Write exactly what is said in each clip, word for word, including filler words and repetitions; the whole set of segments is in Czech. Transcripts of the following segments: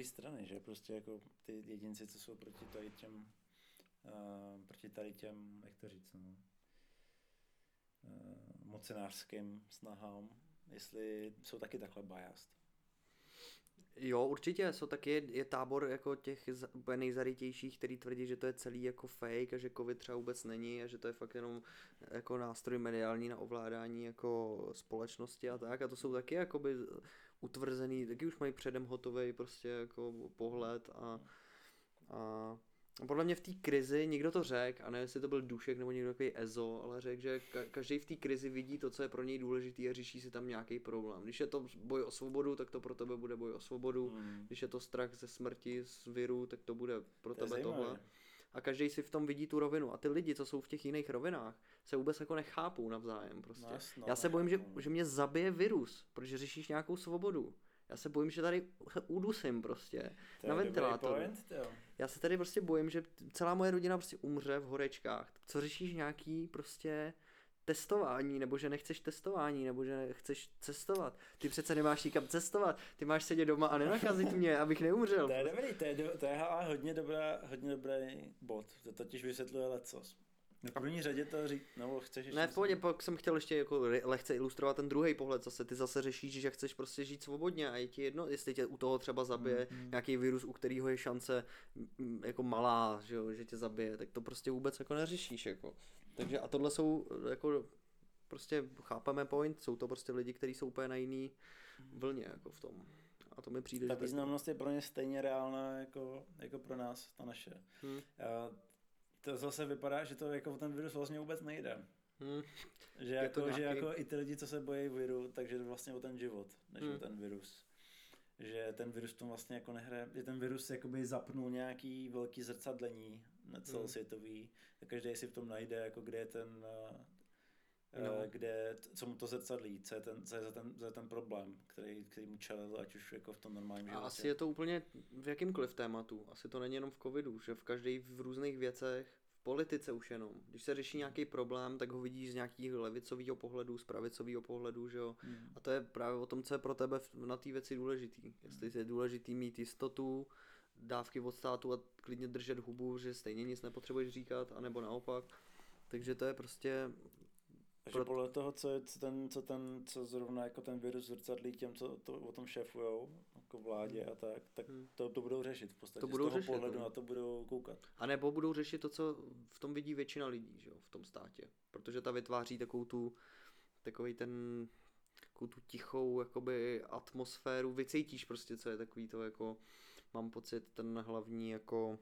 druhé strany, že prostě jako ty jedinci, co jsou proti tady těm, uh, proti tady těm, jak to říct, no, uh, mocenářským snahám, jestli jsou taky takhle biased. Jo, určitě, jsou taky, je, je tábor jako těch úplně nejzarytějších, který tvrdí, že to je celý jako fake a že covid třeba vůbec není a že to je fakt jenom jako nástroj mediální na ovládání jako společnosti a tak, a to jsou taky jakoby utvrzený, taky už mají předem hotový prostě jako pohled a, a podle mě v té krizi, někdo to řekl, a nevím, jestli to byl Dušek nebo někdo takový Ezo, ale řekl, že ka- každý v té krizi vidí to, co je pro něj důležitý a řeší si tam nějaký problém. Když je to boj o svobodu, tak to pro tebe bude boj o svobodu. Hmm. Když je to strach ze smrti, z viru, tak to bude pro to tebe tohle. A každý si v tom vidí tu rovinu. A ty lidi, co jsou v těch jiných rovinách, se vůbec jako nechápou navzájem prostě. No, no, Já se bojím, že, že mě zabije virus, protože řešíš nějakou svobodu. Já se bojím, že tady udusím prostě na ventilátoru. Já se tady prostě bojím, že celá moje rodina prostě umře v horečkách. Co řešíš nějaký prostě testování, nebo že nechceš testování, nebo že chceš cestovat. Ty přece nemáš nikam cestovat, ty máš sedět doma a nenacházet mě, abych neumřel. To je dobrý, to je, do, to je hodně, dobrá, hodně dobrý bod. To totiž vysvětluje lecos. Na první řadě to říct, nebo chceš ještě... Ne, v pohodě, pak jsem chtěl ještě jako lehce ilustrovat ten druhý pohled, zase ty zase řešíš, že chceš prostě žít svobodně a je ti jedno, jestli tě u toho třeba zabije mm, mm. nějaký virus, u kterého je šance m, jako malá, že, jo, že tě zabije, tak to prostě vůbec jako neřešíš, jako. Takže a tohle jsou jako prostě chápeme point, jsou to prostě lidi, kteří jsou úplně na jiný vlně jako v tom. A to mi přijde, ta významnost je pro ně stejně reálná jako, jako pro nás, ta naše. Hmm. A to zase vypadá, že to jako ten virus vlastně vůbec nejde. Hmm. Že, jako, nějaký... že jako i ty lidi, co se bojí viru, takže vlastně o ten život, než hmm. o ten virus. Že ten virus tom vlastně jako nehraje, že ten virus jakoby zapnul nějaký velký zrcadlení celosvětový, hmm. tak každý si v tom najde, jako kde je ten, no. kde, co mu to zrcadlí, co je ten, co je za ten, za ten problém, který, který mu čelil, ať už jako v tom normálním životě. A asi je to úplně v jakýmkoliv tématu, asi to není jenom v covidu, že v každé v různých věcech, v politice už jenom. Když se řeší nějaký problém, tak ho vidíš z nějakého levicového pohledu, z pravicového pohledu, že jo. Hmm. A to je právě o tom, co je pro tebe na té věci důležitý. Jestli je důležitý mít jistotu, dávky od státu a klidně držet hubu, že stejně nic nepotřebuješ říkat, anebo naopak. Takže to je prostě... Takže Pro... podle toho, co, je, co, ten, co, ten, co zrovna jako ten virus zrcadlí těm, co to, o tom šéfujou, jako vládě hmm. a tak, tak hmm. to, to budou řešit v podstatě. To budou z toho řešit, pohledu no. na to budou koukat. A nebo budou řešit to, co v tom vidí většina lidí, že jo, v tom státě. Protože ta vytváří takovou tu, takový ten, takovou tu tichou jakoby atmosféru, vycítíš prostě, co je takový to jako, mám pocit, ten hlavní jako...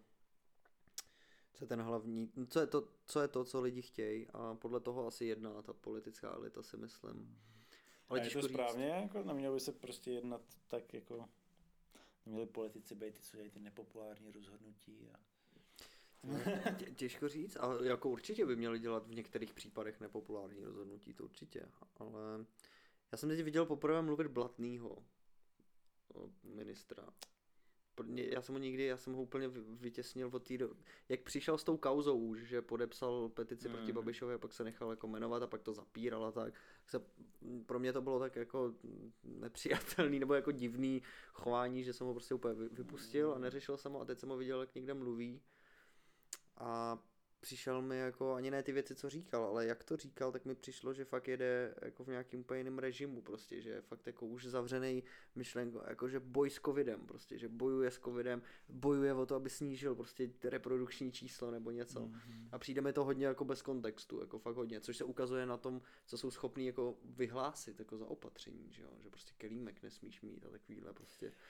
Co je ten hlavní, co je to, co je to, co lidi chtějí, a podle toho asi jedná ta politická elita, si myslím. Ale a je to správně, jako nemělo by se prostě jednat tak jako, neměli politici být ty, co dělají ty nepopulární rozhodnutí a... Tě, těžko říct, ale jako určitě by měli dělat v některých případech nepopulární rozhodnutí, to určitě, ale já jsem teď viděl poprvé mluvit Blatnýho, ministra. Já jsem ho nikdy, já jsem ho úplně vytěsnil od té do... Jak přišel s tou kauzou, že podepsal petici mm. proti Babišovi a pak se nechal jako jmenovat a pak to zapíral a tak. Se, pro mě to bylo tak jako nepřijatelný nebo jako divný chování, že jsem ho prostě úplně vypustil a neřešil jsem ho a teď jsem ho viděl, jak někde mluví a přišel mi jako, ani ne ty věci, co říkal, ale jak to říkal, tak mi přišlo, že fakt jede jako v nějakým úplně jiném režimu prostě, že je fakt jako už zavřený myšlenko, jako že boj s covidem prostě, že bojuje s covidem, bojuje o to, aby snížil prostě reprodukční číslo nebo něco. Mm-hmm. A přijde mi to hodně jako bez kontextu, jako fakt hodně, což se ukazuje na tom, co jsou schopní jako vyhlásit jako za opatření, že jo, že prostě kelímek nesmíš mít a takovýhle prostě.